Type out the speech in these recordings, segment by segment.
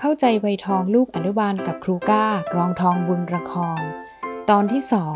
เข้าใจวัยทองลูกอนุบาลกับครูก้ากรองทองบุญประคองตอนที่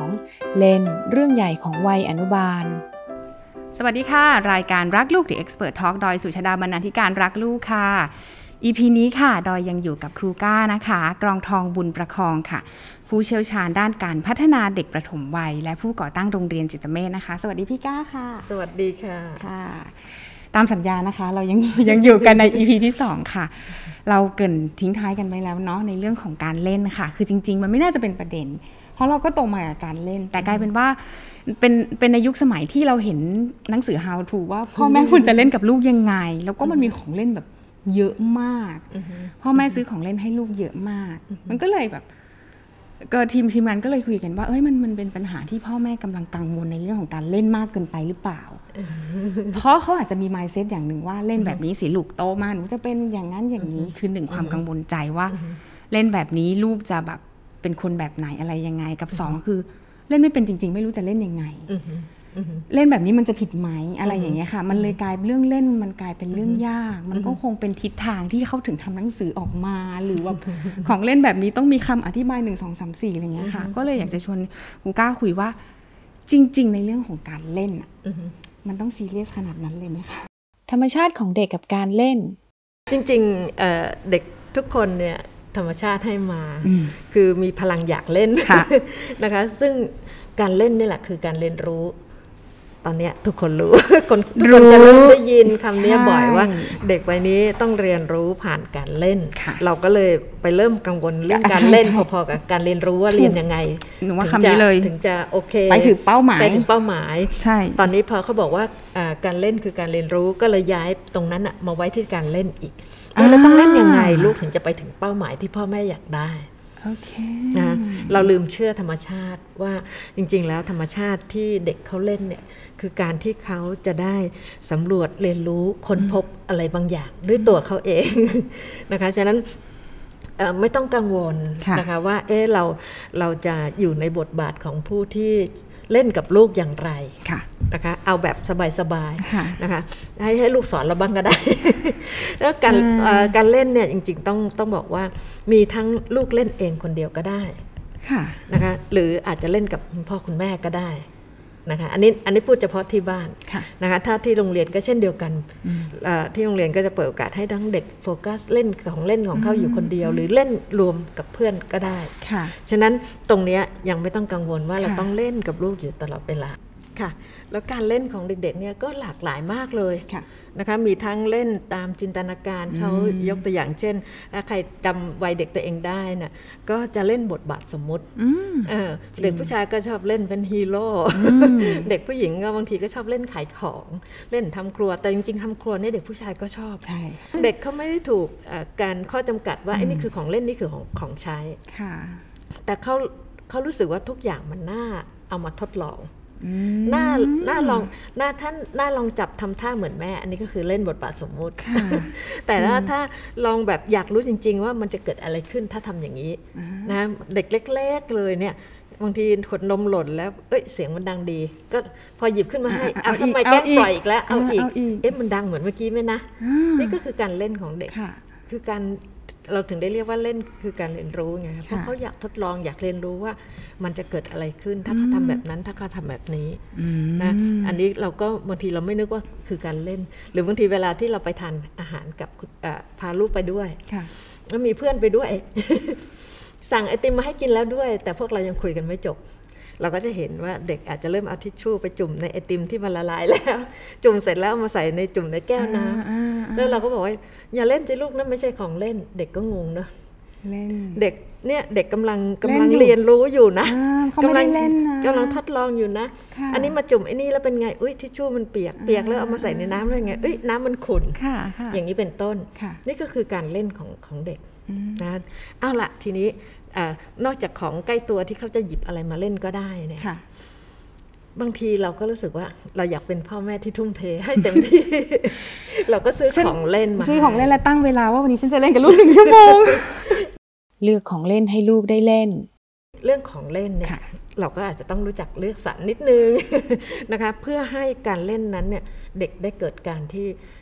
2 เล่นเรื่องใหญ่ของวัยอนุบาลสวัสดีค่ะรายการรักลูก The Expert Talk ดอยสุชาดาบรรณาธิการรักลูกค่ะ EP นี้ค่ะดอยยังอยู่กับครูก้านะคะกรองทองบุญประคองค่ะผู้เชี่ยวชาญด้านการพัฒนาเด็กประถมวัยและผู้ก่อตั้งโรงเรียนจิตเมธนะคะสวัสดีพี่ก้าค่ะสวัสดีค่ะค่ะตามสัญญานะคะเรายังอยู่กันใน EP ที่ 2 ค่ะเราเกริ่นทิ้งท้ายกันไปแล้วเนาะในเรื่องของการเล่นค่ะคือจริงๆมันไม่น่าจะเป็นประเด็นเพราะเราก็โตมากับการเล่นแต่กลายเป็นว่าเป็นในยุคสมัยที่เราเห็นหนังสือ How to ว่าพ่อแม่คุณจะเล่นกับลูกยังไงแล้วก็มันมีของเล่นแบบเยอะมากพ่อแม่ซื้อของเล่นให้ลูกเยอะมากมันก็เลยแบบก็ทีมงานก็เลยคุยกันว่ามันเป็นปัญหาที่พ่อแม่กำลังกังวลในเรื่องของการเล่นมากเกินไปหรือเปล่าเพราะเขาอาจจะมี mindset อย่างหนึ่งว่าเล่นแบบนี้สิลูกโตมาหนูจะเป็นอย่างนั้นอย่างนี้คือหนึ่งความกังวลใจว่าเล่นแบบนี้ลูกจะแบบเป็นคนแบบไหนอะไรยังไงกับสองคือเล่นไม่เป็นจริงๆไม่รู้จะเล่นยังไงเล่นแบบนี้มันจะผิดไหมอะไรอย่างเงี้ยค่ะมันเลยกลายเรื่องเล่นมันกลายเป็นเรื่องยากมันก็คงเป็นทิศทางที่เขาถึงทำหนังสือออกมาหรือว่าของเล่นแบบนี้ต้องมีคำอธิบาย1 2 3 4อะไรเงี้ยค่ะก็เลยอยากจะชวนครูก้าคุยว่าจริงๆในเรื่องของการเล่นมันต้องซีเรียสขนาดนั้นเลยไหมคะธรรมชาติของเด็กกับการเล่นจริงๆเด็กทุกคนเนี่ยธรรมชาติให้มาคือมีพลังอยากเล่นนะคะซึ่งการเล่นนี่แหละคือการเรียนรู้ตอนนี้ทุกคนรู้ทุกคนจะเริ่มได้ยินคำนี้บ่อยว่าเด็กวัยนี้ต้องเรียนรู้ผ่านการเล่นเราก็เลยไปเริ่มกังวลเรื่องการเล่นพอๆกับการเรียนรู้ว่าเรียนยังไงหนูว่าคำนี้เลยถึงจะโอเคไปถึงเป้าหมายใช่ตอนนี้พอเขาบอกว่าการเล่นคือการเรียนรู้ก็เลยย้ายตรงนั้นมาไว้ที่การเล่นอีกแล้วต้องเล่นยังไงลูกถึงจะไปถึงเป้าหมายที่พ่อแม่อยากได้นะเราลืมเชื่อธรรมชาติว่าจริงๆแล้วธรรมชาติที่เด็กเขาเล่นเนี่ยคือการที่เขาจะได้สำรวจเรียนรู้ค้นพบอะไรบางอย่างด้วยตัวเขาเองนะคะฉะนั้นไม่ต้องกังวลนะคะว่าเราจะอยู่ในบทบาทของผู้ที่เล่นกับลูกอย่างไรนะคะเอาแบบสบายๆนะคะให้ลูกสอนเราบ้างก็ได้ แล้วการเล่นเนี่ยจริงๆต้องบอกว่ามีทั้งลูกเล่นเองคนเดียวก็ได้นะคะหรืออาจจะเล่นกับคุณพ่อคุณแม่ก็ได้นะคะอันนี้พูดเฉพาะที่บ้านนะคะถ้าที่โรงเรียนก็เช่นเดียวกันที่โรงเรียนก็จะเปิดโอกาสให้ทั้งเด็กโฟกัสเล่นของเล่นของเขาอยู่คนเดียวหรือเล่นรวมกับเพื่อนก็ได้ฉะนั้นตรงนี้ยังไม่ต้องกังวลว่าเราต้องเล่นกับลูกอยู่ตลอดเวลาค่ะแล้วการเล่นของเด็กๆเนี่ยก็หลากหลายมากเลยนะคะมีทั้งเล่นตามจินตนาการเขายกตัวอย่างเช่นถ้าใครจำวัยเด็กตัวเองได้น่ะก็จะเล่นบทบาทสมมุติเด็กผู้ชายก็ชอบเล่นเป็นฮีโร่เด็กผู้หญิงก็บางทีก็ชอบเล่นขายของเล่นทำครัวแต่จริงๆทำครัวนี่เด็กผู้ชายก็ชอบเด็กเขาไม่ได้ถูกการข้อจำกัดว่าไอ้นี่คือของเล่นนี่คือของใช้แต่เขารู้สึกว่าทุกอย่างมันน่าเอามาทดลองน่าลองจับทำท่าเหมือนแม่อันนี้ก็คือเล่นบทบาทสมมุติแต่ถ้าลองแบบอยากรู้จริงๆว่ามันจะเกิดอะไรขึ้นถ้าทำอย่างนี้นะเด็กเล็กๆเลยเนี่ยบางทีขวดนมหล่นแล้วเสียงมันดังดีก็พอหยิบขึ้นมาให้ทำไมแกล้งปล่อยอีกแล้วเอาอีกมันดังเหมือนเมื่อกี้ไหมนะนี่ก็คือการเล่นของเด็กคือการเราถึงได้เรียกว่าเล่นคือการเรียนรู้ไงเพราะเขาอยากทดลองอยากเรียนรู้ว่ามันจะเกิดอะไรขึ้นถ้าเขาทำแบบนั้นถ้าเขาทำแบบนี้นะอันนี้เราก็บางทีเราไม่นึกว่าคือการเล่นหรือบางทีเวลาที่เราไปทานอาหารกับพาลูกไปด้วยแล้วมีเพื่อนไปด้วย สั่งไอติมมาให้กินแล้วด้วยแต่พวกเรายังคุยกันไม่จบเราก็จะเห็นว่าเด็กอาจจะเริ่มเอาทิชชู่ไปจุ่มในไอติมที่มันละลายแล้วจุ่มเสร็จแล้วมาใส่ในจุ่มในแก้วน้ำแล้วเราก็บอกว่าอย่าเล่นสิลูกนั่นไม่ใช่ของเล่นเด็กก็งงนะเด็กเนี่ยเด็กกำลังเรียนรู้อยู่นะกำลังทดลองอยู่นะอันนี้มาจุ่มไอ้นี่แล้วเป็นไงทิชชู่มันเปียกแล้วเอามาใส่ในน้ำแล้วไงน้ำมันขุ่นอย่างนี้เป็นต้นนี่ก็คือการเล่นของเด็กนะเอาละทีนี้นอกจากของใกล้ตัวที่เขาจะหยิบอะไรมาเล่นก็ได้เนี่ยบางทีเราก็รู้สึกว่าเราอยากเป็นพ่อแม่ที่ทุ่มเทให้เต็มที่ เราก็ซื้อของเล่นมาซื้อของเล่นแล้วตั้งเวลาว่าวันนี้ฉันจะเล่นกับลูก1 ชั่วโมงเลือกของเล่นให้ลูกได้เล่นเรื่องของเล่นเนี่ยเราก็อาจจะต้องรู้จักเลือกสรรนิดนึง นะคะเพื่อให้การเล่นนั้นเนี่ยเด็กได้เกิดการที่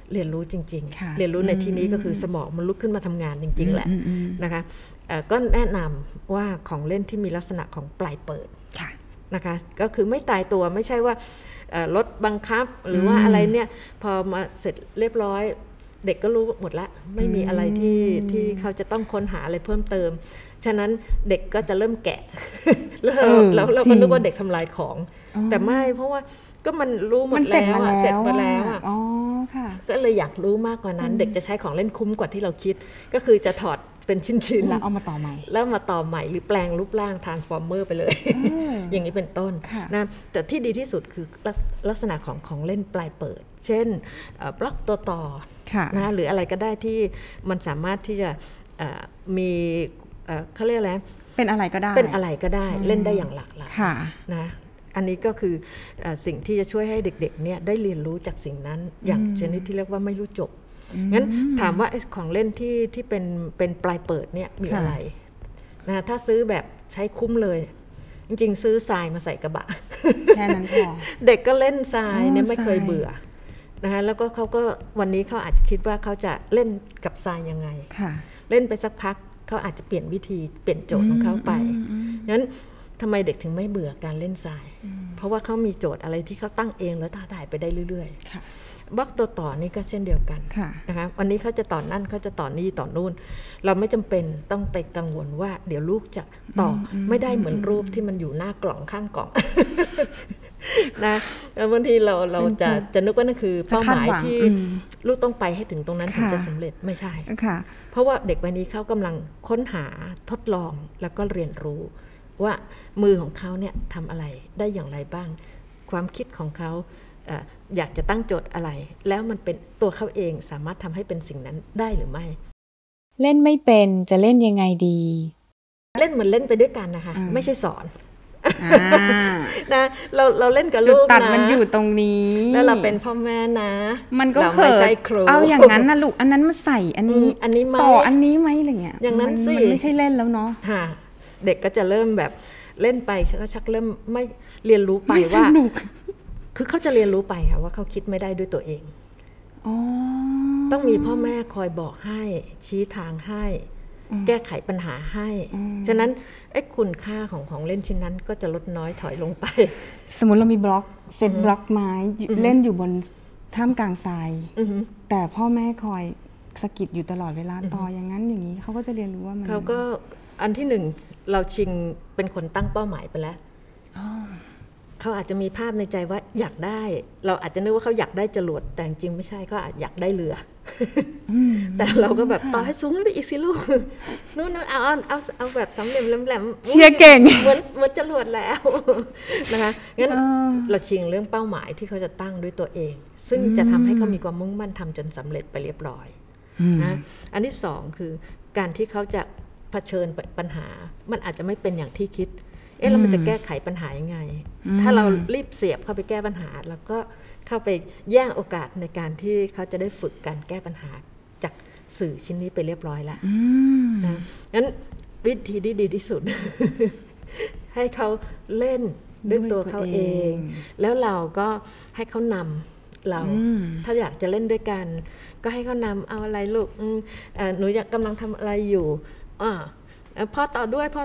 เรียนรู้จริงค่ะๆเรียนรู้ในที่นี้ก็คือสมองมันลุกขึ้นมาทำงานจริงๆแหละนะคะก็แนะนำว่าของเล่นที่มีลักษณะของปลายเปิดค่ะนะคะก็คือไม่ตายตัวไม่ใช่ว่ารถบังคับหรือว่าอะไรเนี่ยพอมาเสร็จเรียบร้อยเด็กก็รู้หมดละไม่มีอะไรที่เขาจะต้องค้นหาอะไรเพิ่มเติมฉะนั้นเด็กก็จะเริ่มแกะ แล้วเราก็นึกว่าเด็กทำลายของแต่ไม่เพราะว่าก็มันรู้หมดแล้วเสร็จมาแล้วอ๋อค่ะก็เลยอยากรู้มากกว่านั้นเด็กจะใช้ของเล่นคุ้มกว่าที่เราคิดก็คือจะถอดเป็นชิ้นๆแล้วเอามาต่อใหม่แล้วมาต่อใหม่หรือแปลงรูปร่าง transformer ไปเลย อย่างนี้เป็นต้นนะแต่ที่ดีที่สุดคือลักษณะของเล่นปลายเปิดเช่นบล็อกตัวต่อนะหรืออะไรก็ได้ที่มันสามารถที่จะมีเขาเรียกอะไรเป็นอะไรก็ได้เล่นได้อย่างหลากหลายนะอันนี้ก็คือสิ่งที่จะช่วยให้เด็กๆเนี่ยได้เรียนรู้จากสิ่งนั้นอย่างชนิดที่เรียกว่าไม่รู้จบงั้นถามว่าของเล่นที่เป็นปลายเปิดเนี่ยมีอะไรนะถ้าซื้อแบบใช้คุ้มเลยจริงๆซื้อทรายมาใส่กระบะแค่นั้นพอเด็กก็เล่นทรายเนี่ยไม่เคยเบื่อนะคะแล้วก็เขาก็วันนี้เขาอาจจะคิดว่าเขาจะเล่นกับทรายยังไงเล่นไปสักพักเขาอาจจะเปลี่ยนวิธีเปลี่ยนโจทย์ของเขาไปงั้นทำไมเด็กถึงไม่เบื่อการเล่นทรายเพราะว่าเขามีโจทย์อะไรที่เขาตั้งเองแล้วท้าทายไปได้เรื่อยๆบล็อกตัวต่อนี่ก็เช่นเดียวกันนะคะวันนี้เขาจะต่อนั่นเขาจะต่อนี่ต่อนู่นเราไม่จำเป็นต้องไปกังวลว่าเดี๋ยวลูกจะต่อไม่ได้เหมือนรูปที่มันอยู่หน้ากล่องข้างกล่องนะบางทีเราจะนึกว่านั่นคือเป้าหมายที่ลูกต้องไปให้ถึงตรงนั้นถึงจะสำเร็จไม่ใช่เพราะว่าเด็กวัยนี้เขากำลังค้นหาทดลองแล้วก็เรียนรู้ว่ามือของเขาเนี่ยทำอะไรได้อย่างไรบ้างความคิดของเขาอยากจะตั้งโจทย์อะไรแล้วมันเป็นตัวเขาเองสามารถทำให้เป็นสิ่งนั้นได้หรือไม่เล่นไม่เป็นจะเล่นยังไงดีเล่นเหมือนเล่นไปด้วยกันนะคะไม่ใช่สอนนะเราเล่นกับลูกนะตัดมันอยู่ตรงนี้แล้วเราเป็นพ่อแม่นะมันก็เขินเอาอย่างนั้นนะลูกอันนั้นมาใส่อันนี้ต่ออันนี้ไหมอะไรเงี้ยอย่างนั้นสิมันไม่ใช่เล่นแล้วเนาะเด็กก็จะเริ่มแบบเล่นไปชักเริ่มไม่เรียนรู้ไปว่าคือเขาจะเรียนรู้ไปค่ะว่าเขาคิดไม่ได้ด้วยตัวเองต้องมีพ่อแม่คอยบอกให้ชี้ทางให้แก้ไขปัญหาให้ฉะนั้นคุณค่าของเล่นชิ้นนั้นก็จะลดน้อยถอยลงไปสมมติเรามีบล็อกเซตบล็อกไม้เล่นอยู่บนท่ามกลางทรายแต่พ่อแม่คอยสะกิดอยู่ตลอดเวลาต่ออย่างนั้นอย่างนี้เขาก็จะเรียนรู้ว่ามันเขาก็อันที่หนึ่งเราชิงเป็นคนตั้งเป้าหมายไปแล้วเขาอาจจะมีภาพในใจว่าอยากได้เราอาจจะนึกว่าเขาอยากได้จรวดแต่จริงไม่ใช่เขาอาจอยากได้เรือแต่เราก็แบบต่อให้สูงไปอีกสิลูกนู่นเอาแบบสามเหลี่ยมแหลมเชียร์เก่งเหมือนจรวดแล้วนะคะงั้นเราชิงเรื่องเป้าหมายที่เขาจะตั้งด้วยตัวเองซึ่งจะทำให้เขามีความมุ่งมั่นทำจนสำเร็จไปเรียบร้อยนะอันที่สองคือการที่เขาจะเผชิญปัญหามันอาจจะไม่เป็นอย่างที่คิดแล้วมันจะแก้ไขปัญหายังไงถ้าเรารีบเสียบเข้าไปแก้ปัญหาแล้วก็เข้าไปแย่งโอกาสในการที่เขาจะได้ฝึกการแก้ปัญหาจากสื่อชิ้นนี้ไปเรียบร้อยแล้วนะงั้นวิธีที่ดีที่สุด ให้เขาเล่นด้วยตัวเขาเองแล้วเราก็ให้เขานำเราถ้าอยากจะเล่นด้วยกันก็ให้เขานำเอาอะไรลูกหนูอยากกำลังทำอะไรอยู่พ่อต่อด้วย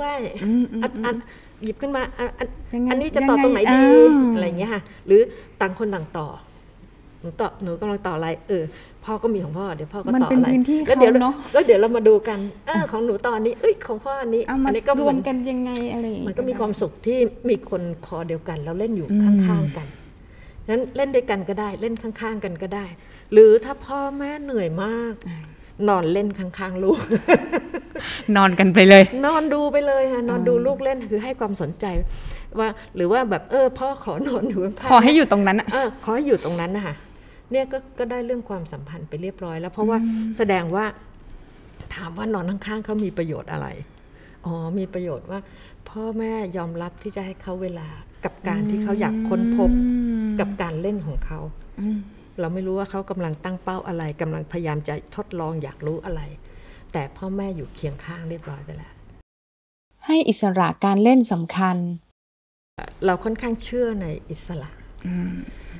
หยิบขึ้นมาอันนี้จะต่อตรงไหนดีอะไรอย่างเงี้ยค่ะหรือต่างคนต่างต่อหนูกำลังต่ออะไรพ่อก็มีของพ่อเดี๋ยวพ่อก็ต่ออะไรแล้วเดี๋ยวเรามาดูกันของหนูต่อนี้ของพ่ออันนี้ก็รวมกันยังไงอะไรมันก็มีความสุขที่มีคนคอเดียวกันแล้วเล่นอยู่ข้างๆกันนั้นเล่นด้วยกันก็ได้เล่นข้างๆกันก็ได้หรือถ้าพ่อแม่เหนื่อยมากนอนเล่นข้างๆลูกนอนกันไปเลยนอนดูไปเลยค่ะนอนดูลูกเล่นคือให้ความสนใจว่าหรือว่าแบบพ่อขอนอนอยู่ขอให้อยู่ตรงนั้นขอให้อยู่ตรงนั้นนะคะเนี่ยก็ได้เรื่องความสัมพันธ์ไปเรียบร้อยแล้วเพราะว่าแสดงว่าถามว่านอนข้างๆเขามีประโยชน์อะไรมีประโยชน์ว่าพ่อแม่ยอมรับที่จะให้เขาเวลากับการที่เขาอยากค้นพบกับการเล่นของเขาเราไม่รู้ว่าเขากำลังตั้งเป้าอะไรกำลังพยายามจะทดลองอยากรู้อะไรแต่พ่อแม่อยู่เคียงข้างเรียบร้อยไปแล้วให้อิสระการเล่นสำคัญเราค่อนข้างเชื่อในอิสระ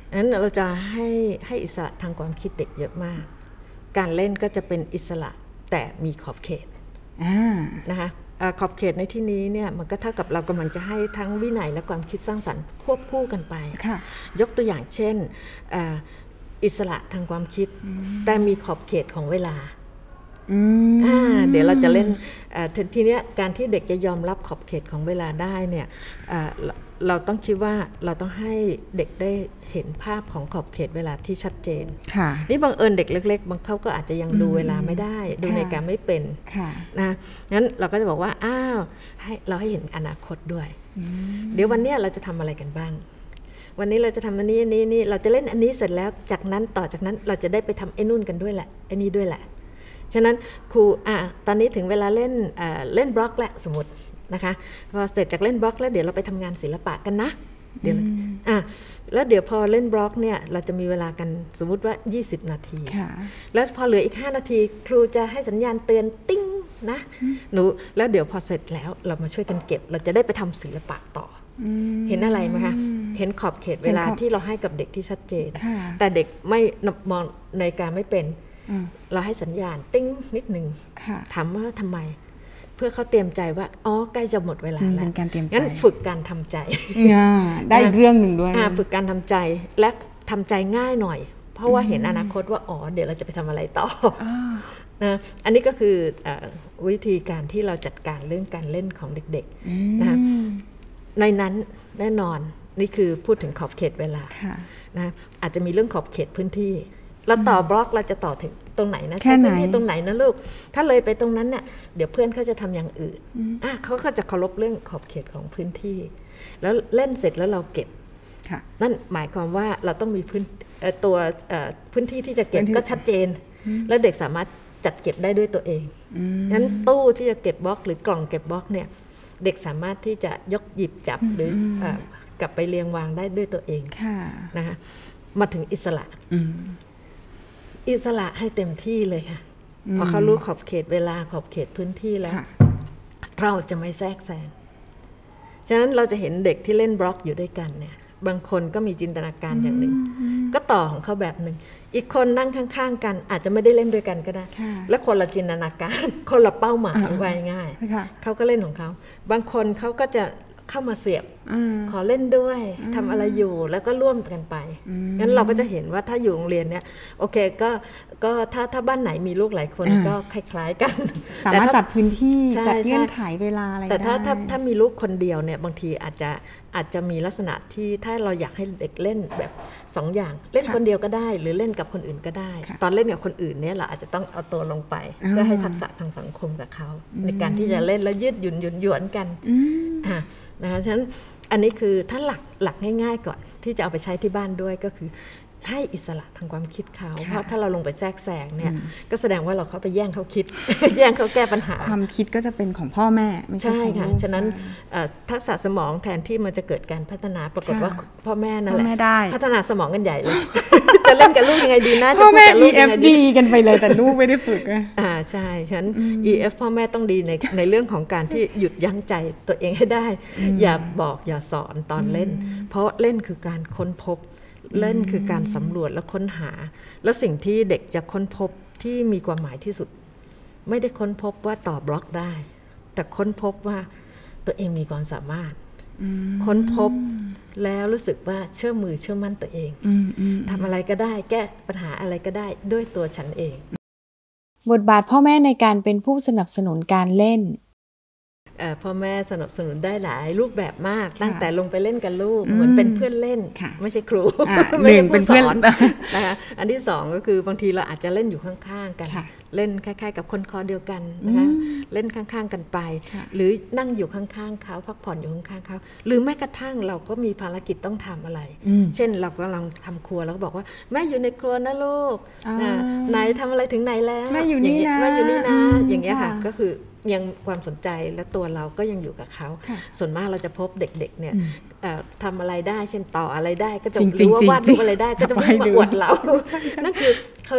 งั้นเราจะให้อิสระทางความคิดเด็กเยอะมาก การเล่นก็จะเป็นอิสระแต่มีขอบเขตนะคะขอบเขตในที่นี้เนี่ยมันก็เท่ากับเรากำลังจะให้ทั้งวินัยและความคิดสร้างสรรค์ควบคู่กันไปยกตัวอย่างเช่นอิสระทางความคิดแต่มีขอบเขตของเวลาเดี๋ยวเราจะเล่นทีนี้การที่เด็กจะยอมรับขอบเขตของเวลาได้เนี่ยเราต้องคิดว่าเราต้องให้เด็กได้เห็นภาพของขอบเขตเวลาที่ชัดเจนนี่บังเอิญเด็กเล็กๆบางเขาก็อาจจะยังดูเวลาไม่ได้ดูนาฬิกาไม่เป็นนะงั้นเราก็จะบอกว่าเราให้เห็นอนาคตด้วยเดี๋ยววันนี้เราจะทำอะไรกันบ้างวันนี้เราจะทำอันนี้เราจะเล่นอันนี้เสร็จแล้วจากนั้นต่อจากนั้นเราจะได้ไปทำไอ้นู่นกันด้วยแหละไอ้นี่ด้วยแหละฉะนั้นครูตอนนี้ถึงเวลาเล่นบล็อกแล้วสมมตินะคะพอเสร็จจากเล่นบล็อกแล้วเดี๋ยวเราไปทำงานศิลปะกันนะเดี๋ยวแล้วเดี๋ยวพอเล่นบล็อกเนี่ยเราจะมีเวลากันสมมุติว่า20นาทีแล้วพอเหลืออีก5นาทีครูจะให้สัญญาณเตือนติ้งนะหนูแล้วเดี๋ยวพอเสร็จแล้วเรามาช่วยกันเก็บเราจะได้ไปทำศิลปะต่อเห็นอะไรไหมคะเห็นขอบเขตเวลาที่เราให้กับเด็กที่ชัดเจนแต่เด็กไม่มองในการไม่เป็นเราให้สัญญาณติ้งนิดนึงถามว่าทำไมเพื่อเขาเตรียมใจว่าใกล้จะหมดเวลาแล้วงั้นฝึกการทำใจได้อีกเรื่องหนึ่งด้วยฝึกการทำใจและทำใจง่ายหน่อยเพราะว่าเห็นอนาคตว่าเดี๋ยวเราจะไปทำอะไรต่อนะอันนี้ก็คือวิธีการที่เราจัดการเรื่องการเล่นของเด็กๆนะในนั้นแน่นอนนี่คือพูดถึงขอบเขตเวลานะอาจจะมีเรื่องขอบเขตพื้นที่เราต่อบล็อกเราจะต่อถึงตรงไหนนะใช้พื้นที่ตรงไหนนะลูกถ้าเลยไปตรงนั้นเนี่ยเดี๋ยวเพื่อนเขาจะทำอย่างอื่นเขาก็จะเคารพเรื่องขอบเขตของพื้นที่แล้วเล่นเสร็จแล้วเราเก็บนั่นหมายความว่าเราต้องมีตัวพื้นที่ที่จะเก็บก็ชัดเจนแล้วเด็กสามารถจัดเก็บได้ด้วยตัวเองงั้นตู้ที่จะเก็บบล็อกหรือกล่องเก็บบล็อกเนี่ยเด็กสามารถที่จะยกหยิบจับหรือกลับไปเรียงวางได้ด้วยตัวเองนะคะมาถึงอิสระอิสระให้เต็มที่เลยค่ะพอเขารู้ขอบเขตเวลาขอบเขตพื้นที่แล้วเราจะไม่แทรกแซงฉะนั้นเราจะเห็นเด็กที่เล่นบล็อกอยู่ด้วยกันเนี่ยบางคนก็มีจินตนาการอย่างหนึ่งก็ต่อของเขาแบบหนึ่งอีกคนนั่งข้างๆกันอาจจะไม่ได้เล่นด้วยกันก็ได้และคนละจินตนาการคนละเป้าหมายไว้ง่ายเขาก็เล่นของเขาบางคนเขาก็จะเข้ามาเสียบขอเล่นด้วยทำอะไรอยู่แล้วก็ร่วมกันไปงั้นเราก็จะเห็นว่าถ้าอยู่โรงเรียนเนี่ยโอเคก็ถ้าบ้านไหนมีลูกหลายคนก็คล้ายๆกันสามารถจัดพื้นที่จัดเงื่อนไขเวลาอะไรได้แต่ถ้ามีลูกคนเดียวเนี่ยบางทีอาจจะมีลักษณะที่ถ้าเราอยากให้เด็กเล่นแบบ2อย่างเล่นคนเดียวก็ได้หรือเล่นกับคนอื่นก็ได้ตอนเล่นกับคนอื่นเนี่ยเราอาจจะต้องเอาตัวลงไปเพื่อให้ทักษะทางสังคมกับเขาในการที่จะเล่นแล้วยืดหยุ่นกันนะคะฉะนั้นอันนี้คือถ้าหลักง่ายๆก่อนที่จะเอาไปใช้ที่บ้านด้วยก็คือให้อิสระทางความคิดเขาเพราะถ้าเราลงไปแทรกแซงเนี่ยก็แสดงว่าเราเข้าไปแย่งเขาคิด แย่งเขาแก้ปัญหาความคิดก็จะเป็นของพ่อแม่ไม่ใช่ของลูกฉะนั้นทักษะสมองแทนที่มันจะเกิดการพัฒนาปรากฏว่าพ่อแม่นั่นแหละพัฒนาสมองกันใหญ่เลย จะเล่นกับลูกยังไงดีนะพ่อแม่ EFD กันไปเลยแต่ลูกไม่ได้ฝึกใช่ฉะนั้น EF พ่อแม่ต้องดีในเรื่องของการที่หยุดยั้งใจตัวเองให้ได้อย่าบอกอย่าสอนตอนเล่นเพราะเล่นคือการค้นพบเล่นคือการสำรวจและค้นหาแล้วสิ่งที่เด็กจะค้นพบที่มีความหมายที่สุดไม่ได้ค้นพบว่าต่อบล็อกได้แต่ค้นพบว่าตัวเองมีความสามารถค้นพบแล้วรู้สึกว่าเชื่อมือเชื่อมั่นตัวเองทำอะไรก็ได้แก้ปัญหาอะไรก็ได้ด้วยตัวฉันเองบทบาทพ่อแม่ในการเป็นผู้สนับสนุนการเล่นพ่อแม่สนับสนุนได้หลายรูปแบบมากตั้งแต่ลงไปเล่นกับลูกเหมือนเป็นเพื่อนเล่นไม่ใช่ครูไม่ใช่ผู้สอนนะคะอันที่สองก็คือบางทีเราอาจจะเล่นอยู่ข้างๆกันเล่นคล้ายๆกับคนคอเดียวกันนะคะเล่นข้างๆกันไปหรือนั่งอยู่ข้างๆเขาพักผ่อนอยู่ข้างๆเขาหรือแม้กระทั่งเราก็มีภารกิจต้องทำอะไรเช่นเรากำลังทำครัวแล้วก็บอกว่าแม่อยู่ในครัวนะลูกไหนทำอะไรถึงไหนแล้วแม่อยู่นี่นะแม่อยู่นี่นะอย่างเงี้ยค่ะก็คือยังความสนใจและตัวเราก็ยังอยู่กับเขาส่วนมากเราจะพบเด็กๆเนี่ยทำอะไรได้เช่นต่ออะไรได้ก็จะรู้ว่าวาดรูปอะไรได้ก็จะวิ่งมาอวดเรานั่นคือเขาอยาก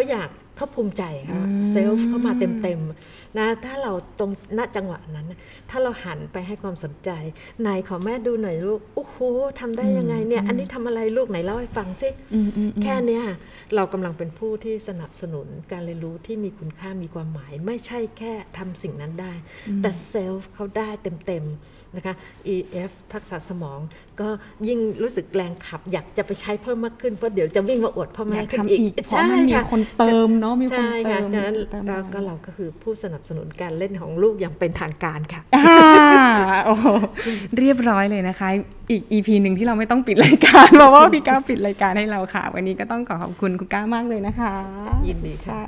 เขาภูมิใจค่ะเซลฟ์เข้ามาเต็มๆนะถ้าเราตรงณจังหวะนั้นถ้าเราหันไปให้ความสนใจไหนขอแม่ดูหน่อยลูกโอ้โหทำได้ยังไงเนี่ยอันนี้ทำอะไรลูกไหนเล่าให้ฟังสิแค่เนี้ยเรากำลังเป็นผู้ที่สนับสนุนการเรียนรู้ที่มีคุณค่ามีความหมายไม่ใช่แค่ทำสิ่งนั้นได้แต่เซลฟ์เขาได้เต็มๆนะคะ EF ทักษะสมองก็ยิ่งรู้สึกแรงขับอยากจะไปใช้เพิ่มมากขึ้นเพราะเดี๋ยวจะวิ่งมาอวดพ่อแม่ขึ้นอีกเพราะมันมีคนเติมเนาะมีคนเติมฉะนั้นเราก็คือผู้สนับสนุนการเล่นของลูกอย่างเป็นทางการค่ะโอ้เรียบร้อยเลยนะคะอีก EP หนึ่งที่เราไม่ต้องปิดรายการเพราะว่าพี่ก้าวปิดรายการให้เราค่ะวันนี้ก็ต้องขอบคุณก้าวมากเลยนะคะยินดีค่ะ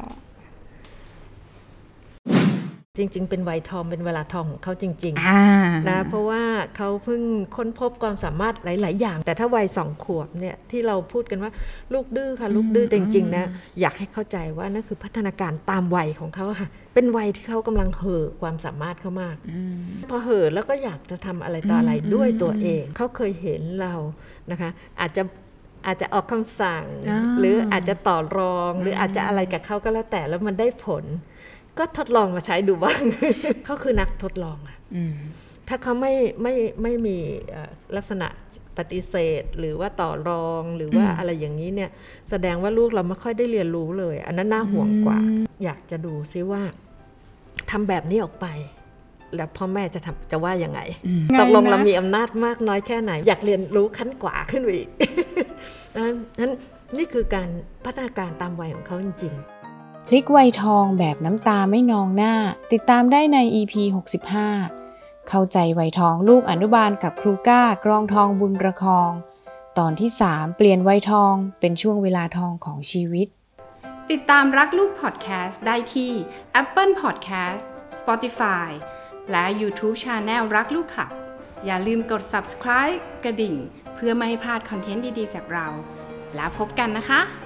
จริงๆเป็นวัยทองเป็นเวลาทองของเขาจริงๆนะเพราะว่าเขาเพิ่งค้นพบความสามารถหลายๆอย่างแต่ถ้าวัย2 ขวบเนี่ยที่เราพูดกันว่าลูกดื้อค่ะลูกดื้อจริงๆนะอยากให้เข้าใจว่านั่นคือพัฒนาการตามวัยของเขาค่ะเป็นวัยที่เขากำลังเห่อความสามารถเขามากพอเห่อแล้วก็อยากจะทำอะไรต่ออะไรด้วยตัวเองเขาเคยเห็นเรานะคะอาจจะออกคำสั่งหรืออาจจะต่อรองหรืออาจจะอะไรกับเขาก็แล้วแต่แล้วมันได้ผลก็ทดลองมาใช้ดูบ้าง เขาคือนักทดลองอ่ะถ้าเขาไม่มีลักษณะปฏิเสธหรือว่าต่อรองหรือว่าอะไรอย่างนี้เนี่ยแสดงว่าลูกเราไม่ค่อยได้เรียนรู้เลยอันนั้นน่าห่วงกว่าอยากจะดูซิว่าทำแบบนี้ออกไปแล้วพ่อแม่จะว่ายังไงตกลงเรามีอำนาจมากน้อยแค่ไหนอยากเรียนรู้ขั้นกว่าขึ้นไปอีก นั้นนี่คือการพัฒนาการตามวัยของเขาจริงๆพลิกวัยทองแบบน้ำตาไม่นองหน้าติดตามได้ใน EP 65เข้าใจวัยทองลูกอนุบาลกับครูก้ากรองทองบุญประคองตอนที่3เปลี่ยนวัยทองเป็นช่วงเวลาทองของชีวิตติดตามรักลูกพอดแคสต์ได้ที่ Apple Podcast Spotify และ YouTube Channel รักลูกคลับอย่าลืมกด Subscribe กระดิ่งเพื่อไม่ให้พลาดคอนเทนต์ดีๆจากเราแล้วพบกันนะคะ